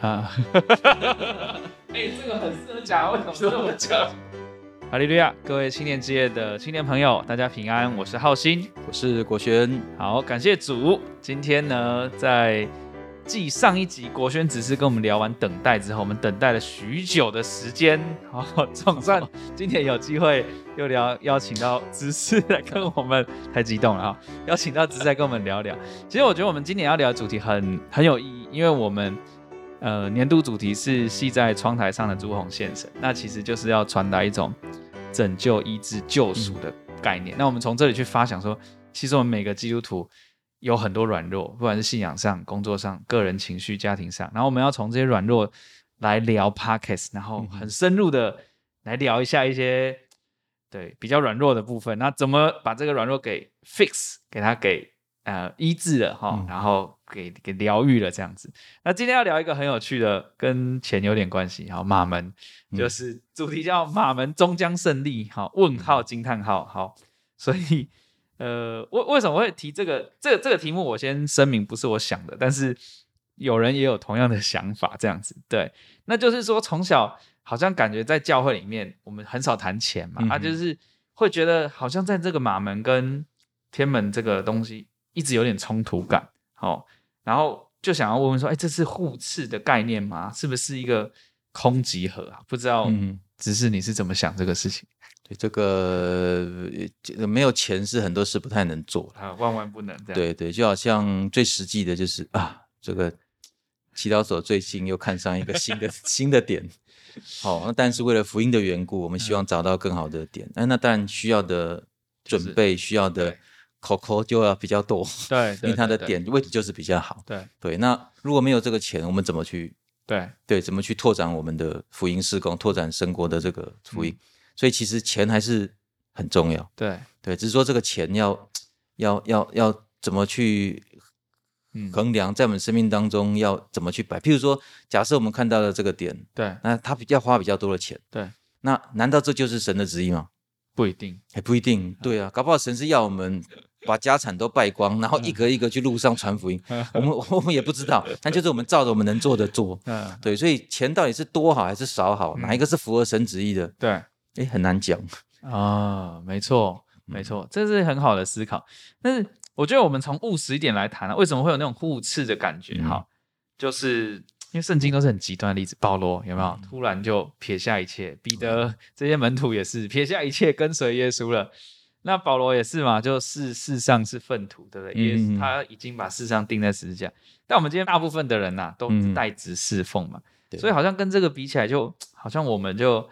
啊。这个很适合讲，为什么这么讲？哈利路亚！各位青年之夜的青年朋友，大家平安，我是浩鑫， 我是国轩。 好，感谢主。今天呢，在继上一集国轩只是跟我们聊完等待之后，我们等待了许久的时间，总算今天有机会又邀请到执事来跟我们，太激动了啊！邀请到执事来跟我们聊聊。其实我觉得我们今年要聊的主题很有意义，因为我们年度主题是系在窗台上的朱红现神，那其实就是要传达一种拯救、医治、救赎的概念。那我们从这里去发想说，其实我们每个基督徒有很多软弱，不管是信仰上、工作上、个人情绪、家庭上，然后我们要从这些软弱来聊 Podcast， 然后很深入的来聊一下一些对比较软弱的部分，那怎么把这个软弱给 fix， 给它给医治了然后给疗愈了这样子。那今天要聊一个很有趣的，跟钱有点关系，马门，就是主题叫马门终将胜利，问号惊叹号。好，所以为什么会提这个题目？我先声明不是我想的，但是有人也有同样的想法这样子。对，那就是说从小好像感觉在教会里面我们很少谈钱嘛，就是会觉得好像在这个马门跟天门这个东西一直有点冲突感，然后就想要问问说，这是互斥的概念吗？是不是一个空集合啊？不知道执事你是怎么想这个事情？ 对，这个没有钱是很多事不太能做， 万万不能这样。 对对，就好像最实际的就是这个祈祷所最近又看上一个新的点，那但是为了福音的缘故，我们希望找到更好的点，那当然需要的准备、需要的口就要比较多， 对， 因为它的点位置就是比较好，对。那如果没有这个钱，我们怎么去怎么去拓展我们的福音事工，拓展神国的这个福音？所以其实钱还是很重要，对，只是说这个钱要怎么去衡量，在我们生命当中要怎么去摆。譬如说，假设我们看到了这个点，对，那他要花比较多的钱，对，那难道这就是神的旨意吗？ 不一定， 不一定，对啊，搞不好神是要我们把家产都败光，然后一个一个去路上传福音，我们也不知道，但就是我们照着我们能做的做，对，所以钱到底是多好还是少好，哪一个是符合神旨意的？对。很难讲没错，这是很好的思考。但是我觉得我们从务实一点来谈为什么会有那种互斥的感觉？就是因为圣经都是很极端的例子，保罗有没有突然就撇下一切？彼得这些门徒也是撇下一切跟随耶稣了。那保罗也是嘛，就世上是粪土，对不对？他已经把世上钉在十字架。但我们今天大部分的人都代职侍奉嘛，所以好像跟这个比起来，就好像我们就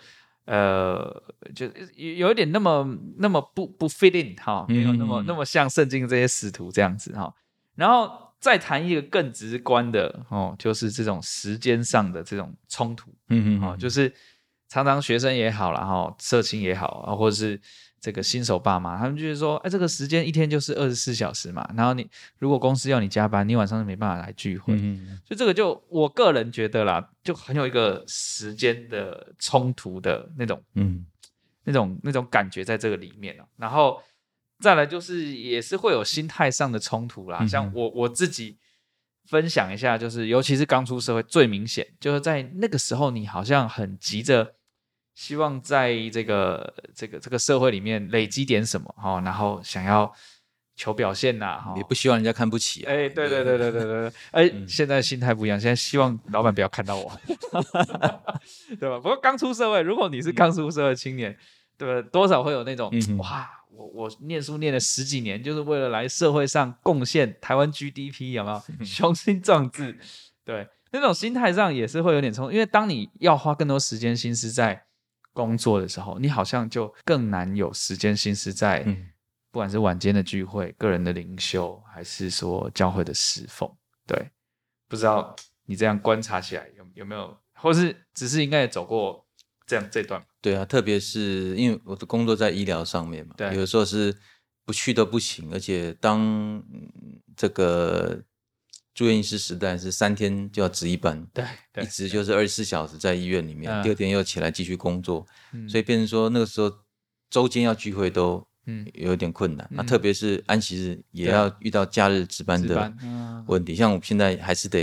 有一点那么不 fit in 没有那么像圣经这些使徒这样子然后再谈一个更直观的就是这种时间上的这种冲突，就是常常学生也好啦社青也好或者是这个新手爸妈，他们就是说这个时间一天就是24小时嘛，然后你如果公司要你加班，你晚上就没办法来聚会，所以这个就我个人觉得啦，就很有一个时间的冲突的那种感觉在这个里面然后再来就是也是会有心态上的冲突啦，像我自己分享一下，就是尤其是刚出社会最明显，就是在那个时候你好像很急着希望在这个社会里面累积点什么然后想要求表现也不希望人家看不起对，现在心态不一样，现在希望老板不要看到我对吧？不过刚出社会，如果你是刚出社会青年，对吧？多少会有那种我念书念了10几年，就是为了来社会上贡献台湾 GDP， 有没有？雄心壮志，对，那种心态上也是会有点冲突，因为当你要花更多时间心思在工作的时候，你好像就更难有时间心思在不管是晚间的聚会、个人的灵修，还是说教会的侍奉。对，不知道你这样观察起来有没有，或是只是应该也走过这段？ 对啊，特别是因为我的工作在医疗上面嘛，有的时候是不去都不行，而且当这个住院医师时代是3天就要值一班，对，一直就是24小时在医院里面，第二天又起来继续工作，所以变成说那个时候周间要聚会都有点困难，那特别是安息日也要遇到假日值班的问题，像我现在还是得要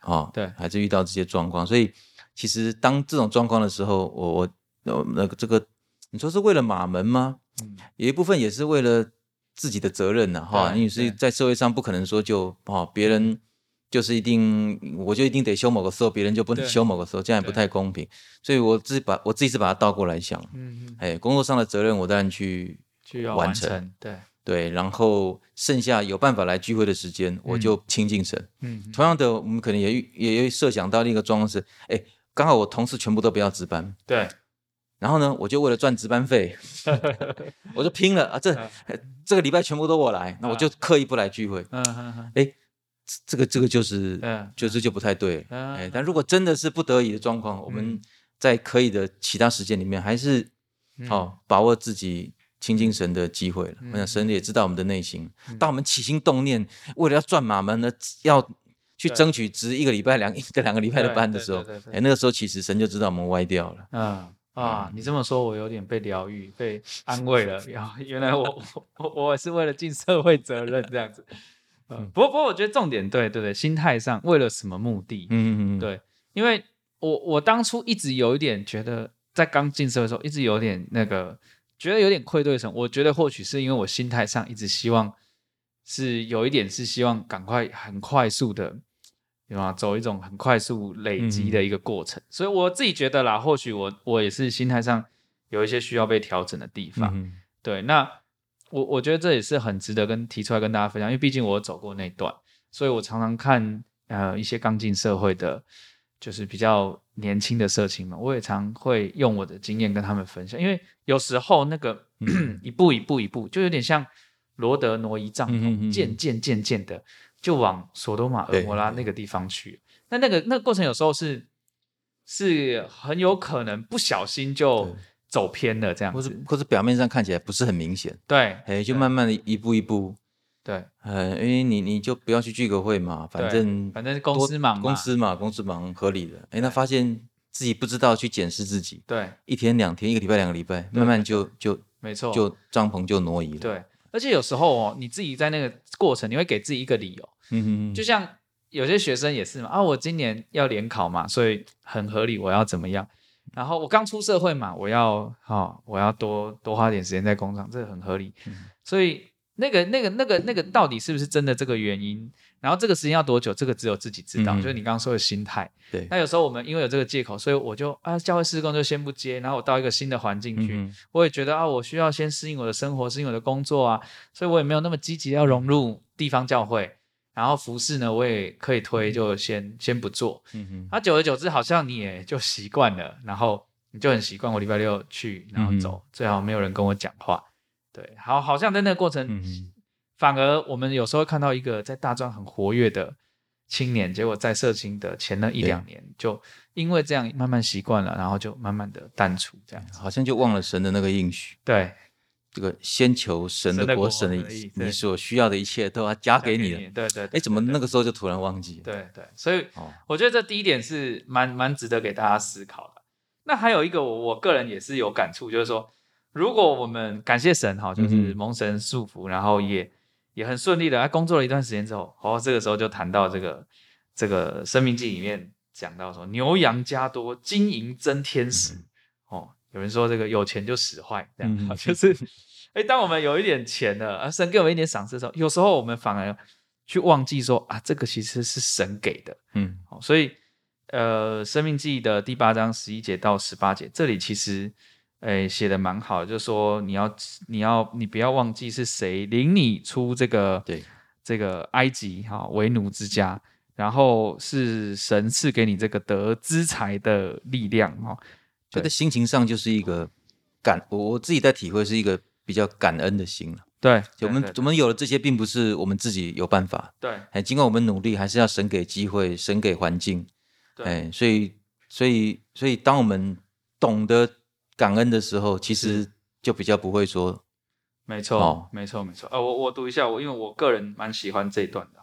对，还是遇到这些状况。所以其实当这种状况的时候，我那个这个你说是为了马门吗？有一部分也是为了自己的责任呐，因为是在社会上不可能说就别人就是我就一定得修某个时候，别人就不能修某个时候，这样也不太公平。所以我自己是把它倒过来想，工作上的责任我当然去完成，对，然后剩下有办法来聚会的时间，我就亲近神。同样的，我们可能也设想到另一个状况是，刚好我同事全部都不要值班， 对。然后呢，我就为了赚值班费，我就拼了啊！这个礼拜全部都我来，那我就刻意不来聚会。这个就不太对了。但如果真的是不得已的状况，我们在可以的其他时间里面，还是把握自己亲近神的机会了。我想神也知道我们的内心。当我们起心动念，为了要赚马门呢，要去争取值一个礼拜两个礼拜的班的时候，那个时候其实神就知道我们歪掉了。 你这么说，我有点被疗愈、被安慰了。原来我也是为了尽社会责任这样子。不过我觉得重点对，心态上为了什么目的？对，因为我当初一直有一点觉得，在刚进社会的时候，一直有点觉得有点愧对神。我觉得或许是因为我心态上一直希望是有一点是希望赶快很快速的。走一种很快速累积的一个过程，所以我自己觉得啦，或许我也是心态上有一些需要被调整的地方。对，那我觉得这也是很值得提出来跟大家分享，因为毕竟我有走过那段，所以我常常看一些刚进社会的，就是比较年轻的社青们，我也常会用我的经验跟他们分享，因为有时候那个一步一步，就有点像罗德挪移帐篷，渐渐的。就往索多玛、蛾摩拉那个地方去，那个过程有时候是很有可能不小心就走偏了这样子， 或是表面上看起来不是很明显， 对， 就慢慢的一步一步， 对， 因为你就不要去聚个会嘛，反正公司忙公司忙合理的，那发现自己不知道去检视自己， 对， 一天两天，一个礼拜两个礼拜，慢慢就没错， 就帐篷就挪移了， 对，而且有时候你自己在那个过程，你会给自己一个理由。就像有些学生也是嘛，我今年要联考嘛，所以很合理，我要怎么样？然后我刚出社会嘛，我要多花点时间在工厂，这个很合理。所以那个到底是不是真的这个原因？然后这个时间要多久？这个只有自己知道。就是你刚刚说的心态。 对。 那有时候我们因为有这个借口，所以我就教会事工就先不接，然后我到一个新的环境去，我也觉得我需要先适应我的生活，适应我的工作啊，所以我也没有那么积极要融入地方教会。然后服事呢，我也可以推，就先不做。久而久之，好像你也就习惯了，然后你就很习惯我礼拜六去，然后走，最好没有人跟我讲话。对，好像在那个过程，反而我们有时候看到一个在大专很活跃的青年，结果在社青的前那1-2年，就因为这样慢慢习惯了，然后就慢慢的淡出，这样好像就忘了神的那个应许。 对。 这个先求神的国，神的义，你所需要的一切都要加给你了。 对， 怎么那个时候就突然忘记了？ 对，所以我觉得这第一点是蛮值得给大家思考的。那还有一个我个人也是有感触，就是说，如果我们感谢神就是蒙神祝福，然后也很顺利的工作了一段时间之后，这个时候就谈到这个生命记里面讲到说，牛羊加多，金银增添实。有人说这个有钱就使坏，这样就是当我们有一点钱了，神给我们一点赏赐的时候，有时候我们反而去忘记说这个其实是神给的。所以生命记的第8章11节到18节，这里其实写的蛮好的，就是说你不要忘记是谁领你出这个埃及为奴之家，然后是神赐给你这个得资财的力量。 就在心情上就是一个我自己在体会是一个比较感恩的心了。 对， 我们有了这些，并不是我们自己有办法。 对， 尽管我们努力，还是要神给机会，神给环境。对，所以当我们懂得感恩的时候，其实就比较不会说。 没错。我读一下，因为我个人蛮喜欢这一段的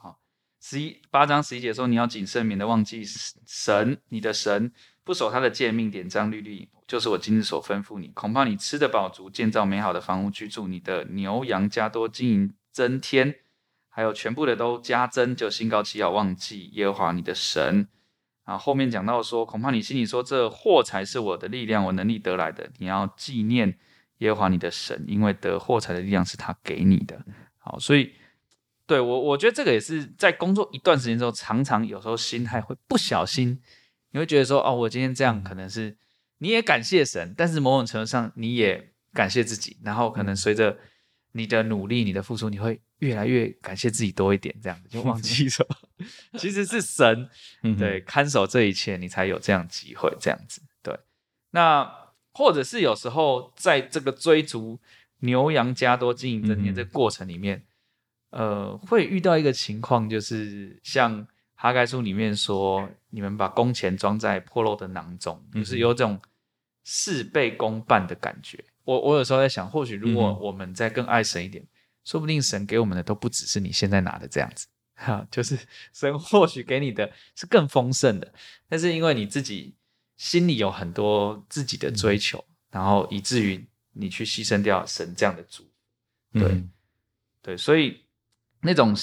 8章11节说，你要谨慎，免得忘记神，你的神。不守他的诫命典章律例，就是我今日所吩咐你，恐怕你吃得饱足，建造美好的房屋居住，你的牛羊加多，金银增添， 还有全部的都加增，就心高气傲，忘记耶和华你的神。然后后面讲到说，恐怕你心里说，这货财是我的力量，我能力得来的。你要纪念耶和华你的神，因为得货财的力量是他给你的。好，所以对我觉得这个也是在工作一段时间之后，常常有时候心态会不小心，你会觉得说，哦，我今天这样可能是你也感谢神，但是某种程度上你也感谢自己，然后可能随着你的努力、你的付出，你会越来越感谢自己多一点，这样子就忘记说，其实是神对看守这一切，你才有这样机会，这样子对。那或者是有时候在这个追逐牛羊加多、经营增添这个过程里面，会遇到一个情况，就是像哈该书里面说，你们把工钱装在破漏的囊中，就是有种事倍功半的感觉。我有时候在想，或许如果我们再更爱神一点，说不定神给我们的都不只是你现在拿的这样子，就是神或许给你的是更丰盛的，但是因为你自己心里有很多自己的追求，然后以至于你去牺牲掉神这样的祝福，对，对，所以那种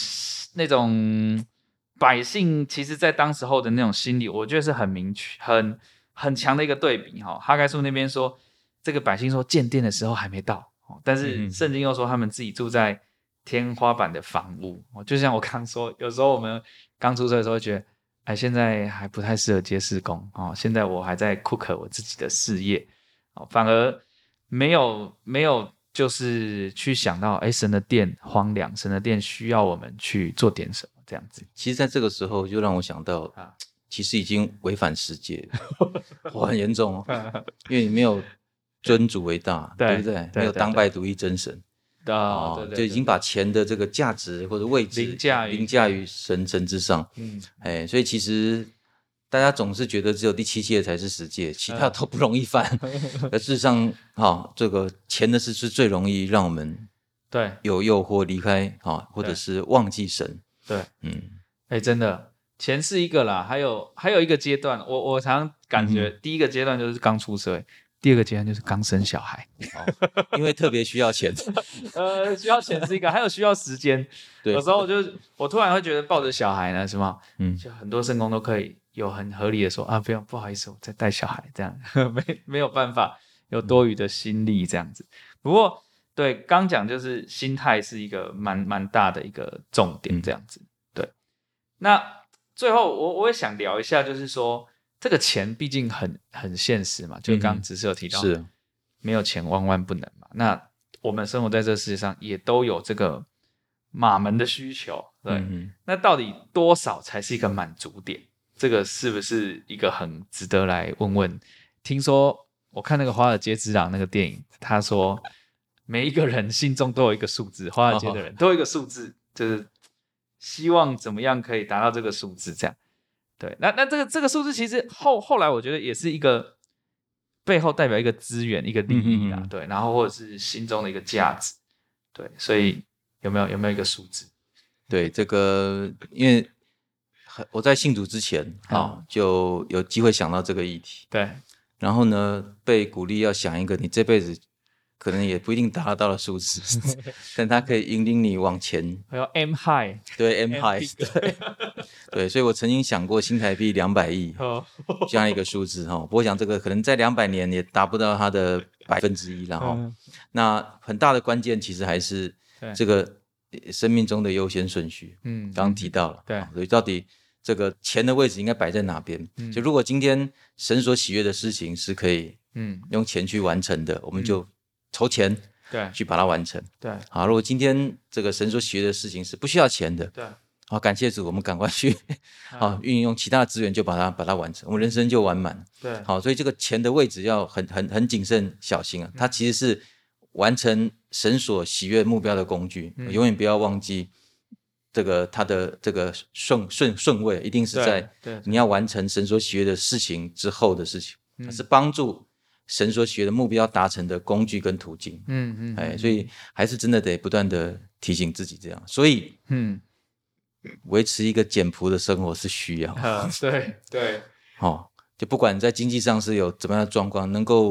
百姓，其实在当时候的那种心理，我觉得是很明确、很强的一个对比哈。哈该书那边说，这个百姓说建殿的时候还没到，但是圣经又说他们自己住在天花板的房屋，就像我刚说，有时候我们刚出社的时候会觉得，哎，现在还不太适合接事工哦，现在我还在 cook 我自己的事业，反而没有就是去想到，哎，神的殿荒凉，神的殿需要我们去做点什么这样子。 其实在这个时候就让我想到，其实已经违反世界很严重哦，因为你没有尊主为大，对不对？没有当拜独一真神，就已经把钱的这个价值或者位置凌驾于神之上。所以其实大家总是觉得只有第7戒才是10戒，其他都不容易犯。而事实上，这个钱的事是最容易让我们有诱惑离开或者是忘记神。 对，真的。钱是一个啦，还有一个阶段，我常常感觉第一个阶段就是刚出社会，第二个阶段就是刚生小孩， 因为特别需要钱。 需要钱是一个，还有需要时间。有时候我突然会觉得抱着小孩呢，是吗？就很多圣工都可以有很合理的说啊，不好意思，我在带小孩，这样没有办法有多余的心力这样子。不过对，刚讲就是心态是一个蛮大的一个重点这样子。对，那最后我也想聊一下，就是说这个钱毕竟很现实嘛，就刚刚只是有提到， 是没有钱万万不能嘛。那我们生活在这个世界上，也都有这个马门的需求，对。那到底多少才是一个满足点？这个是不是一个很值得来问问？听说我看那个《华尔街之狼》那个电影，他说每一个人心中都有一个数字，华尔街的人都有一个数字，就是希望怎么样可以达到这个数字，这样。对，那这个数字其实后来我觉得也是一个背后代表一个资源、一个利益啊，对，然后或者是心中的一个价值，对，所以有没有一个数字？ 对，这个因为我在信主之前就有机会想到这个议题， 对， 然后呢被鼓励要想一个你这辈子可能也不一定达得到的数字，但它可以引领你往前。 还有 M high， 对 M high， 对，所以我曾经想过新台币200亿这样一个数字不过我想这个可能在200年也达不到它的1%，然后那很大的关键其实还是这个生命中的优先顺序。刚刚提到了，对，所以到底这个钱的位置应该摆在哪边？就如果今天神所喜悦的事情是可以用钱去完成的，我们就筹钱，对，去把它完成。对，好，如果今天这个神所喜悦的事情是不需要钱的，对，好，感谢主，我们赶快去运用其他的资源就把它完成，我们人生就完满。对，好，所以这个钱的位置要很谨慎小心啊，它其实是完成神所喜悦目标的工具，永远不要忘记这个它的这个顺位一定是在你要完成神所喜悦的事情之后的事情，它是帮助神所喜悦的目标达成的工具跟途径。所以还是真的得不断的提醒自己这样。所以维持一个简朴的生活是需要。 对， 就不管在经济上是有怎么样的状况，能够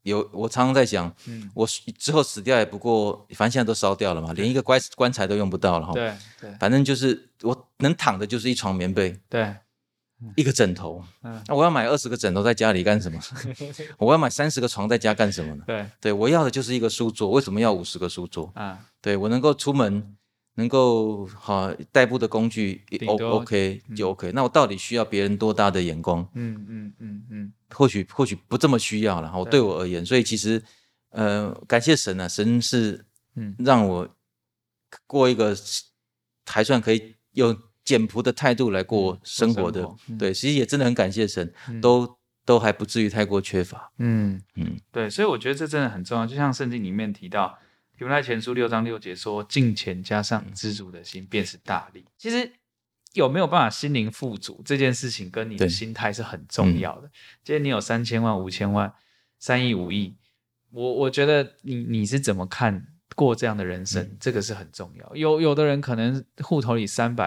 我常常在想，我之后死掉也不过，反正现在都烧掉了嘛，连一个棺材都用不到了哈。 对， 反正就是我能躺的就是一床棉被， 对， 一个枕头。那我要买20个枕头在家里干什么？我要买30个床在家干什么呢？对，我要的就是一个书桌，为什么要50个书桌？对，我能够出门，能够代步的工具 OK 就 OK。那我到底需要别人多大的眼光？或许不这么需要了。对我而言，所以其实感谢神啊，神是让我过一个还算可以用简朴的态度来过生活的。对，其实也真的很感谢神，都还不至于太过缺乏。 对，所以我觉得这真的很重要。就像圣经里面提到，提摩太前书6章6节说，敬虔加上知足的心便是大利。其实有没有办法心灵富足这件事情跟你的心态是很重要的。今天你有3000万、5000万、3亿、5亿，我觉得你是怎么看过这样的人生，这个是很重要。有的人可能户头里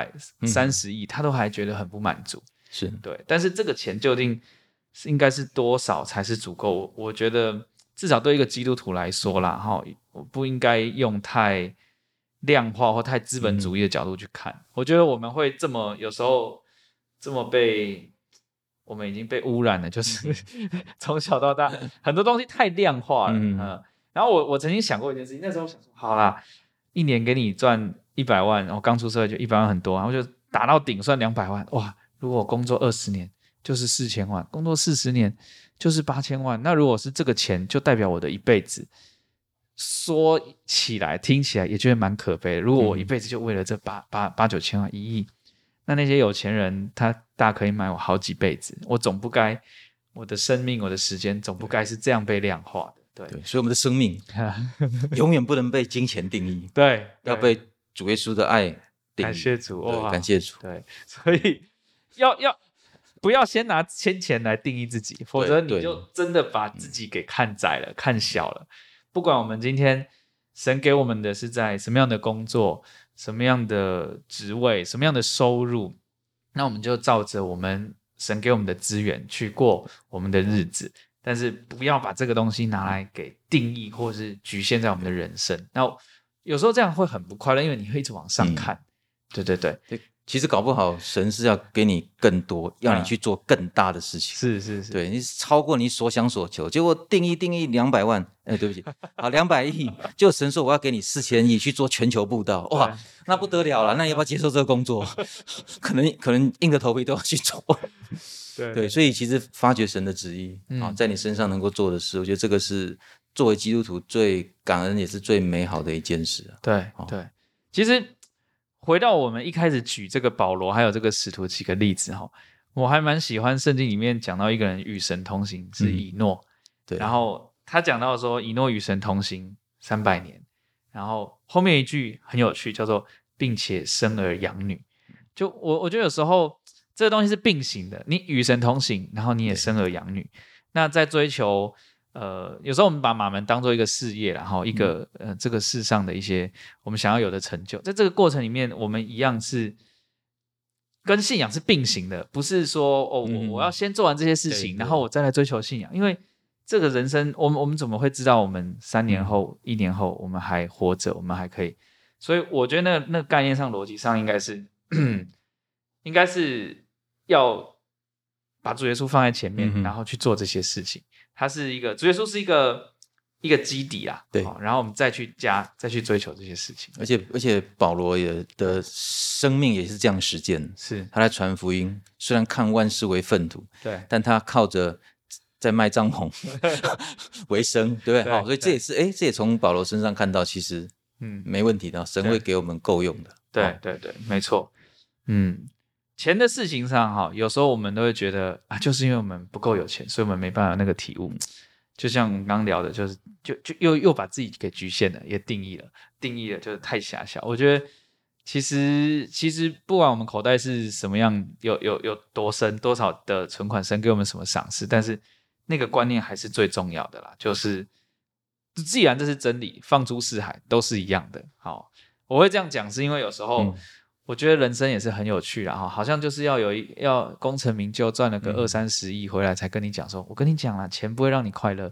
330亿，他都还觉得很不满足。 是对，但是这个钱究竟应该是多少才是足够？我觉得至少对一个基督徒来说啦，我不应该用太量化或太资本主义的角度去看。我觉得我们会有时候这么我们已经被污染了，就是从小到大很多东西太量化了。然后我曾经想过一件事情，那时候想说，好啦，一年给你赚100万，我刚出社会就100万很多，然后就打到顶算200万，哇！如果我工作20年就是4000万，工作40年就是8000万，那如果是这个钱，就代表我的一辈子。说起来听起来也觉得蛮可悲的。如果我一辈子就为了这8-9千万1亿，那些有钱人他大可以买我好几辈子，我总不该我的生命我的时间总不该是这样被量化的。 对，所以我们的生命永远不能被金钱定义， 对， 要被主耶稣的爱定义。 感谢主， 感谢主。 对，所以要不要先拿钱来定义自己，否则你就真的把自己给看窄了，看小了。不管我们今天神给我们的是在什么样的工作、什么样的职位、什么样的收入，那我们就照着我们神给我们的资源去过我们的日子，但是不要把这个东西拿来给定义或是局限在我们的人生。那有时候这样会很不快乐，因为你会一直往上看。对， 其实搞不好神是要给你更多，要你去做更大的事情。 是， 对，你超过你所想所求，结果定义200万，对不起，好200亿，就神说我要给你4000亿去做全球布道，哇，那不得了了，那你要不要接受这个工作？可能硬着头皮都要去做。对，所以其实发掘神的旨意在你身上能够做的事，我觉得这个是作为基督徒最感恩也是最美好的一件事。 对，其实回到我们一开始举这个保罗还有这个使徒几个例子，我还蛮喜欢圣经里面讲到一个人与神同行是以诺。对，然后他讲到说以诺与神同行300年，然后后面一句很有趣，叫做并且生儿养女。就我觉得有时候这个东西是并行的，你与神同行，然后你也生儿养女。那在追求有时候我们把马门当做一个事业，然后一个这个世上的一些我们想要有的成就，在这个过程里面，我们一样是跟信仰是并行的，不是说我要先做完这些事情，然后我再来追求信仰。因为这个人生，我们怎么会知道我们3年后、1年后我们还活着，我们还可以？所以我觉得那概念上、逻辑上应该是要把主耶稣放在前面，然后去做这些事情。它是一个主耶稣是一个基底啦，对，然后我们再去追求这些事情。 而且保罗的生命也是这样实践， 是他在传福音，虽然看万事为粪土， 对， 但他靠着在卖帐篷为生，对不对？所以这也从保罗身上看到，其实没问题的，神会给我们够用的。 对，没错。钱的事情上有时候我们都会觉得就是因为我们不够有钱，所以我们没办法那个体悟。就像我们刚刚聊的，就又把自己给局限了，也定义了就是太狭小。我觉得其实不管我们口袋是什么样，有多深，多少的存款，神给我们什么赏赐，但是那个观念还是最重要的啦。就是既然这是真理，放诸四海都是一样的。好，我会这样讲是因为有时候我觉得人生也是很有趣啦，好像就是要功成名就，赚了个20-30亿回来才跟你讲说，我跟你讲啦，钱不会让你快乐。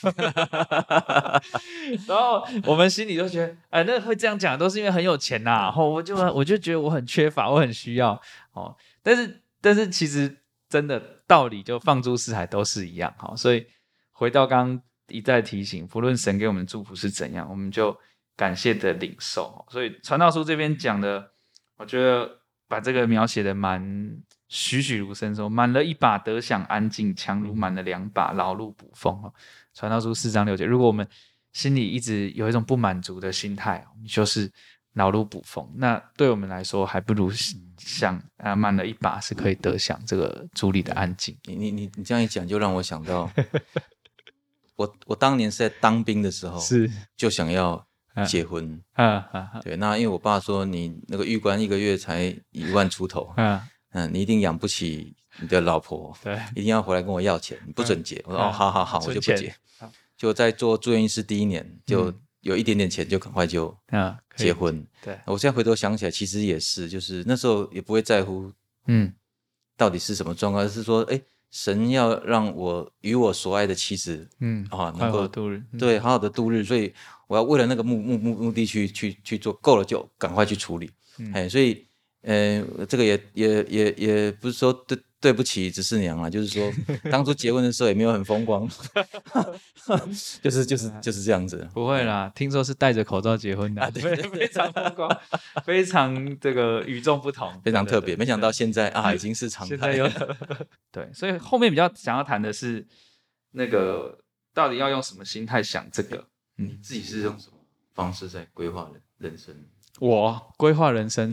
然后我们心里都觉得，哎，那会这样讲都是因为很有钱呐。然后我就觉得我很缺乏，我很需要哦。但是其实真的道理就放诸四海都是一样。好，所以回到刚刚一再提醒，不论神给我们的祝福是怎样，我们就感谢的领受。所以传道书这边讲的，我觉得把这个描写的蛮栩栩如生，说满了一把得享安静，强如满了2把劳碌捕风。传道书4章6节，如果我们心里一直有一种不满足的心态，你就是劳碌捕风，那对我们来说还不如想满了一把是可以得享这个主里的安静。 你这样一讲，就让我想到我当年是在当兵的时候， 是就想要结婚。对，那因为我爸说你那个预官1个月才1万出头，你一定养不起你的老婆，对，一定要回来跟我要钱，你不准结。我说哦，好，我就不结。就在做住院医师第1年，就有一点点钱，就赶快就结婚。对，我现在回头想起来，其实也是，就是那时候也不会在乎，到底是什么状况，而是说，神要让我与我所爱的妻子，能够度日， 对，好好的度日，所以我要为了那个目的去做，够了就赶快去处理。所以这个也不是说对不起执事娘啊，就是说当初结婚的时候也没有很风光，就是这样子。 不会啦，听说是戴着口罩结婚的，非常风光，非常这个与众不同， 非常特别。没想到现在已经是常态。现在有对，所以后面比较想要谈的是那个到底要用什么心态想这个？ 你自己是用什么方式在规划人生？ 我规划人生，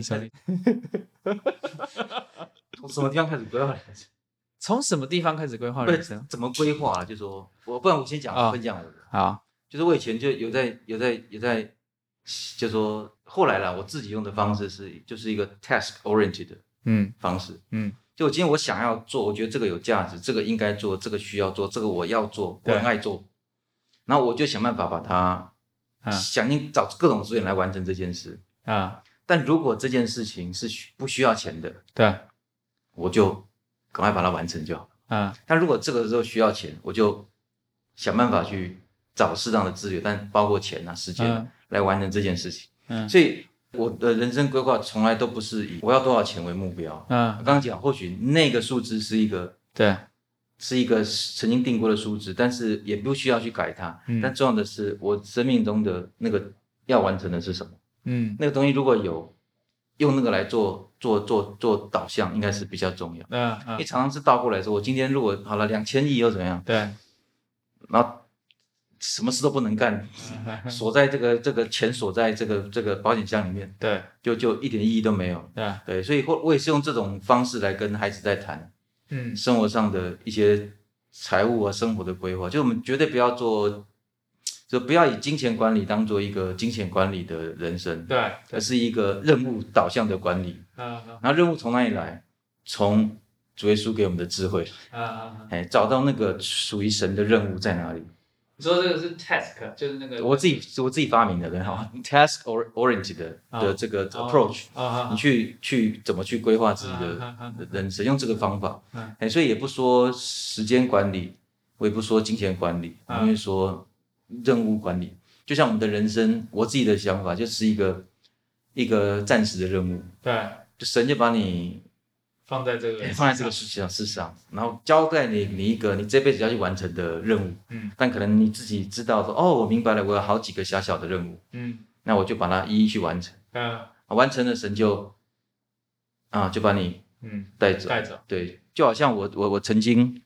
从什么地方开始规划人生？ 从什么地方开始规划人生？ 怎么规划？就说不然我先讲分享我的。好，就是我以前就有在，就说后来啦，我自己用的方式就是一个 task oriented 的方式。就今天我想要做，我觉得这个有价值，这个应该做，这个需要做，这个我要做，我很爱做，然后我就想办法把它想尽找各种资源来完成这件事。但如果这件事情是不需要钱的，对，我就赶快把它完成就好。但如果这个时候需要钱，我就想办法去找适当的资源，但包括钱时间来完成这件事情。所以我的人生规划从来都不是以我要多少钱为目标。刚刚讲，或许那个数字是一个曾经定过的数字，但是也不需要去改它。但重要的是，我生命中的那个要完成的是什么？那个东西如果有用那个来做导向，应该是比较重要。因为常常是倒过来说，我今天如果好了2000亿又怎么样？对，然后什么事都不能干，锁在这个钱锁在这个保险箱里面，对，就一点意义都没有。对，所以我也是用这种方式来跟孩子在谈，生活上的一些财务生活的规划，就我们绝对不要就不要以金钱管理当做一个金钱管理的人生，对，而是一个任务导向的管理。然后任务从哪里来？从主耶稣给我们的智慧，找到那个属于神的任务在哪里？ 你说这个是 task， 就是那个我自己发明的，对哈，task oriented 的这个 approach，你去怎么去规划自己的人生，用这个方法。所以也不说时间管理，我也不说金钱管理，因为说任务管理，就像我们的人生，我自己的想法就是一个暂时的任务，对，就神就把你放在这个事上，然后交代你一个你这辈子要去完成的任务，但可能你自己知道说，我明白了，我有好几个小小的任务，那我就把它一一去完成，完成了神就把你带走，对，就好像我曾经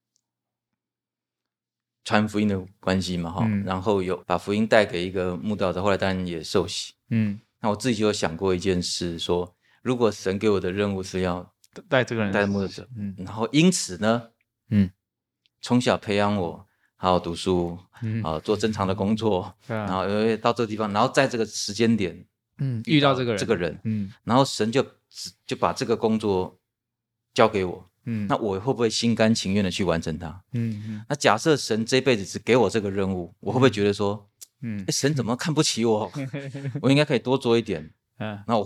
传福音的关系嘛，然后有把福音带给一个慕道者，后来当然也受洗。那我自己就有想过一件事，说如果神给我的任务是要带这个人带慕道者，然后因此呢，从小培养我好好读书，做正常的工作，然后到这个地方，然后在这个时间点， 遇到这个人，然后神就把这个工作交给我。那我会不会心甘情愿的去完成它？那假设神这辈子只给我这个任务，我会不会觉得说，神怎么看不起我？我应该可以多做一点。然后我后来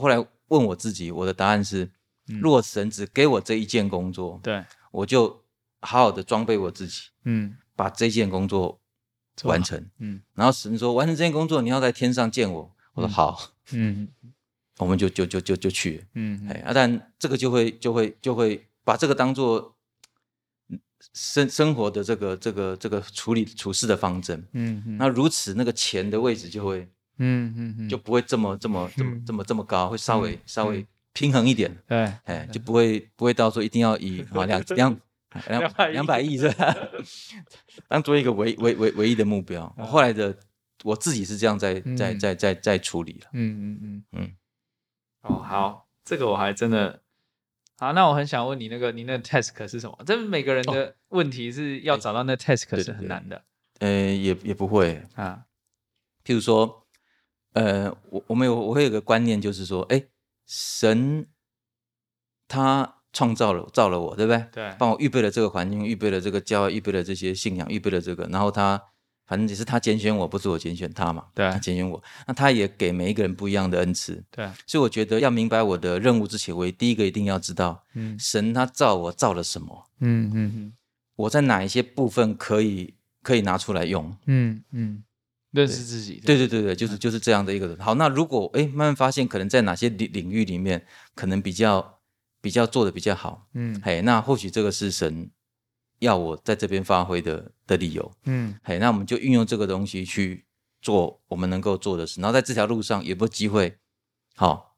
问我自己，我的答案是，如果神只给我这一件工作， 对， 我就好好的装备我自己，把这件工作完成，然后神说完成这件工作，你要在天上见我，我说好，我们就去，但这个就会把这个当做生活的这个处事的方针，那如此那个钱的位置就会，就不会这么高，会稍微平衡一点，对，就不会到说一定要以200亿是吧？当做一个唯一的目标。后来的我自己是这样在处理了。 好，这个我还真的好。那我很想问你，你那个 task 是什么？这每个人的问题是要找到那 task 是很难的。 也不会啊。譬如说，我会有个观念，就是说，神他造了我，对不对？ 对， 帮我预备了这个环境，预备了这个教，预备了这些信仰，预备了这个，然后他反正也是他拣选我，不是我拣选他嘛。 对， 他拣选我，那他也给每一个人不一样的恩赐。 对， 所以我觉得要明白我的任务之前，我第一个一定要知道，神他造我造了什么。我在哪一些部分可以拿出来用。 认识自己。 对，就是这样的一个人。好，那如果慢慢发现，可能在哪些领域里面，可能比较做的比较好，那或许这个是神要我在这边发挥的理由，那我们就运用这个东西去做我们能够做的事，然后在这条路上有没有机会，好，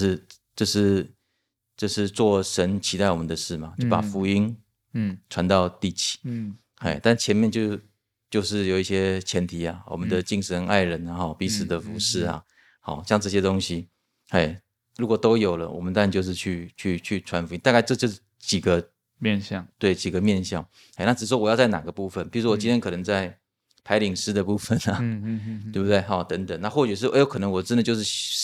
就是做神期待我们的事嘛，就把福音传到地起，但前面就是有一些前提啊，我们的敬神爱人啊，彼此的服侍啊，好，像这些东西，如果都有了，我们当然就是去传福音，大概这就是几个面向， 对，几个面向，那只是说我要在哪个部分，比如说我今天可能在排领诗的部分啊，对不对？好，等等，那或者是有可能我真的就是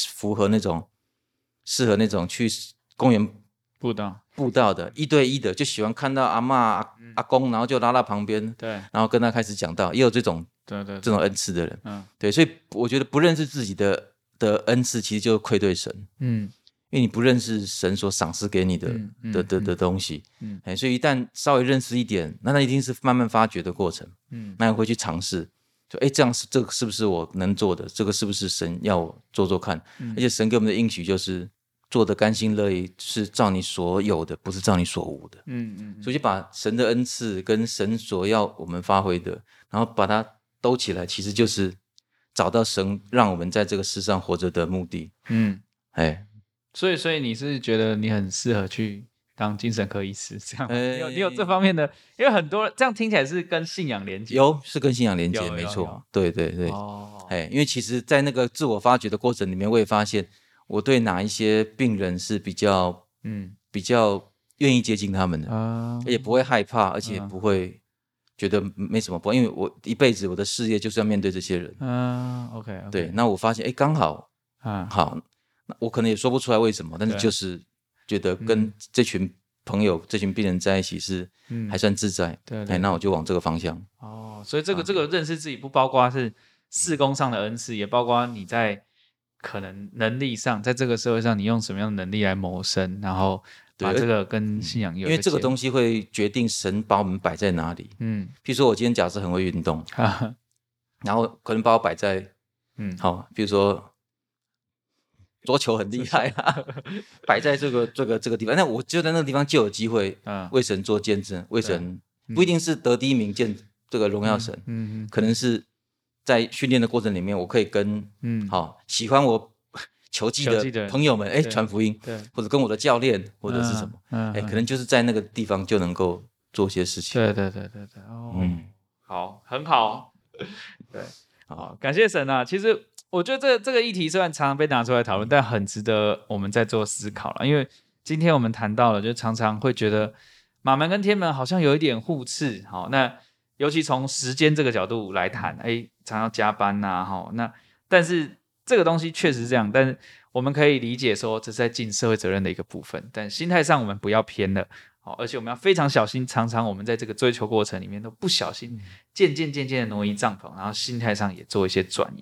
适合那种去公园布道的1对1的，就喜欢看到阿嬷阿公，然后就拉到旁边， 对， 然后跟他开始讲道，也有这种这种恩赐的人，对，所以我觉得不认识自己的恩赐，其实就是愧对神，因为你不认识神所赏赐给你的东西，所以一旦稍微认识一点，那一定是慢慢发掘的过程，那你会去尝试，就这样这个是不是我能做的？这个是不是神要我做看？而且神给我们的应许就是做得甘心乐意，是照你所有的，不是照你所无的。所以就把神的恩赐跟神所要我们发挥的，然后把它兜起来，其实就是找到神让我们在这个世上活着的目的。 所以你是觉得你很适合去当精神科医师这样吗？你有这方面的，因为很多这样听起来是跟信仰连接， 是跟信仰连接，没错，对，因为其实在那个自我发掘的过程里面，我也发现我对哪一些病人是比较愿意接近他们的，也不会害怕，而且不会觉得没什么不好，因为我一辈子我的事业就是要面对这些人。 OK， 对，那我发现刚好好。我可能也说不出来为什么，但是就是觉得跟这群朋友、这群病人在一起是还算自在，对，那我就往这个方向。 所以这个认识自己不包括是事工上的恩赐，也包括你在可能能力上，在这个社会上你用什么样的能力来谋生，然后把这个跟信仰有， 因为这个东西会决定神把我们摆在哪里。譬如说我今天假设很会运动，然后可能把我摆在好，比如说。桌球很厉害啊，摆在这个地方，那我就在那个地方就有机会为神做见证，为神不一定是得第一名见这个荣耀神，可能是在训练的过程里面，我可以跟喜欢我球技的朋友们传福音，或者跟我的教练或者是什么，可能就是在那个地方就能够做些事情。 对，好，很好，对，好，感谢神啊，其实。我觉得这个议题虽然常常被拿出来讨论，但很值得我们在做思考了。因为今天我们谈到了，就常常会觉得马门跟天门好像有一点互斥。好，那尤其从时间这个角度来谈，常要加班呐，那但是这个东西确实是这样，但是我们可以理解说这是在尽社会责任的一个部分，但心态上我们不要偏了。而且我们要非常小心，常常我们在这个追求过程里面都不小心渐渐的挪移帐篷，然后心态上也做一些转移。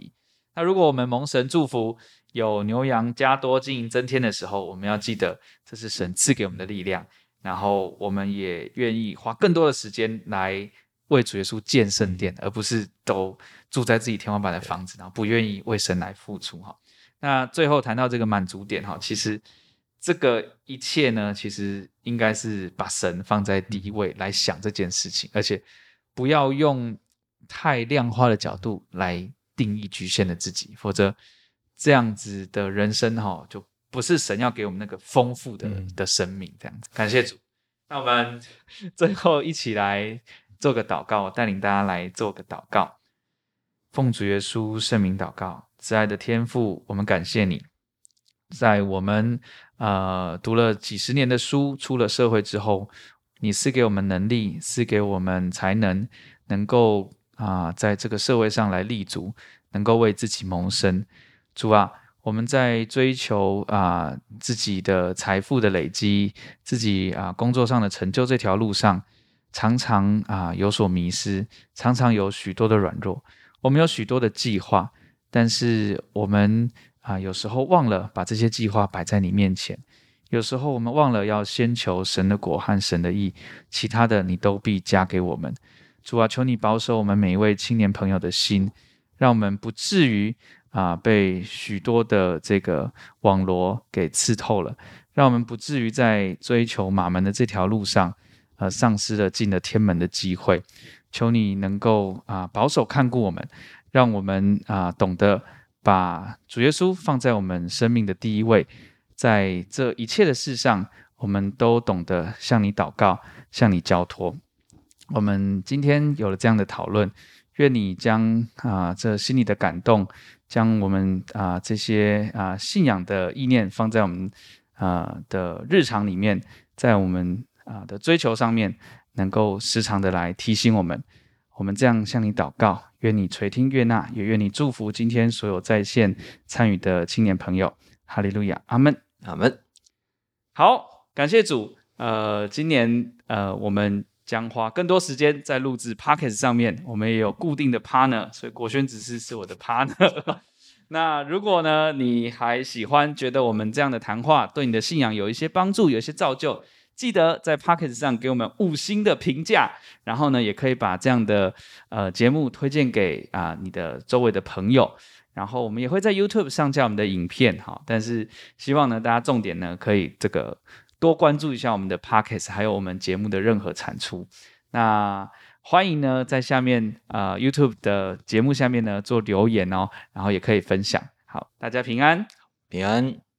那如果我们蒙神祝福，有牛羊加多经营增添的时候，我们要记得这是神赐给我们的力量，然后我们也愿意花更多的时间来为主耶稣建圣殿，而不是都住在自己天花板的房子，然后不愿意为神来付出。那最后谈到这个满足点，其实这个一切呢，其实应该是把神放在第一位来想这件事情，而且不要用太量化的角度来定义局限了自己，否则这样子的人生就不是神要给我们那个丰富的生命这样子。感谢主。那我们最后一起来做个祷告，带领大家来做个祷告。奉主耶稣圣名祷告，慈爱的天父，我们感谢你，在我们读了几十年的书，出了社会之后，你赐给我们能力，赐给我们才能够在这个社会上来立足，能够为自己谋生。主啊，我们在追求自己的财富的累积，自己工作上的成就这条路上，常常有所迷失，常常有许多的软弱。我们有许多的计划，但是我们有时候忘了把这些计划摆在你面前，有时候我们忘了要先求神的国和神的义，其他的你都必加给我们。主啊，求你保守我们每一位青年朋友的心，让我们不至于被许多的这个网罗给刺透了，让我们不至于在追求马门的这条路上丧失了进了天门的机会。求你能够保守看顾我们，让我们懂得把主耶稣放在我们生命的第一位，在这一切的事上，我们都懂得向你祷告，向你交托。我们今天有了这样的讨论，愿你将这心里的感动，将我们这些信仰的意念放在我们的日常里面，在我们的追求上面，能够时常的来提醒我们。我们这样向你祷告，愿你垂听悦纳，也愿你祝福今天所有在线参与的青年朋友。哈利路亚，阿们， 阿们。 好，感谢主。今年我们将花更多时间在录制 Podcast 上面，我们也有固定的 partner， 所以国轩执事是我的 partner 那如果呢你还喜欢，觉得我们这样的谈话对你的信仰有一些帮助，有一些造就，记得在 Podcast 上给我们5星的评价，然后呢也可以把这样的节目推荐给你的周围的朋友，然后我们也会在 YouTube 上架我们的影片，但是希望呢大家重点呢可以这个多关注一下我们的 Podcast 还有我们节目的任何产出。那欢迎呢在下面YouTube 的节目下面呢做留言哦，然后也可以分享。好，大家平安， 平安。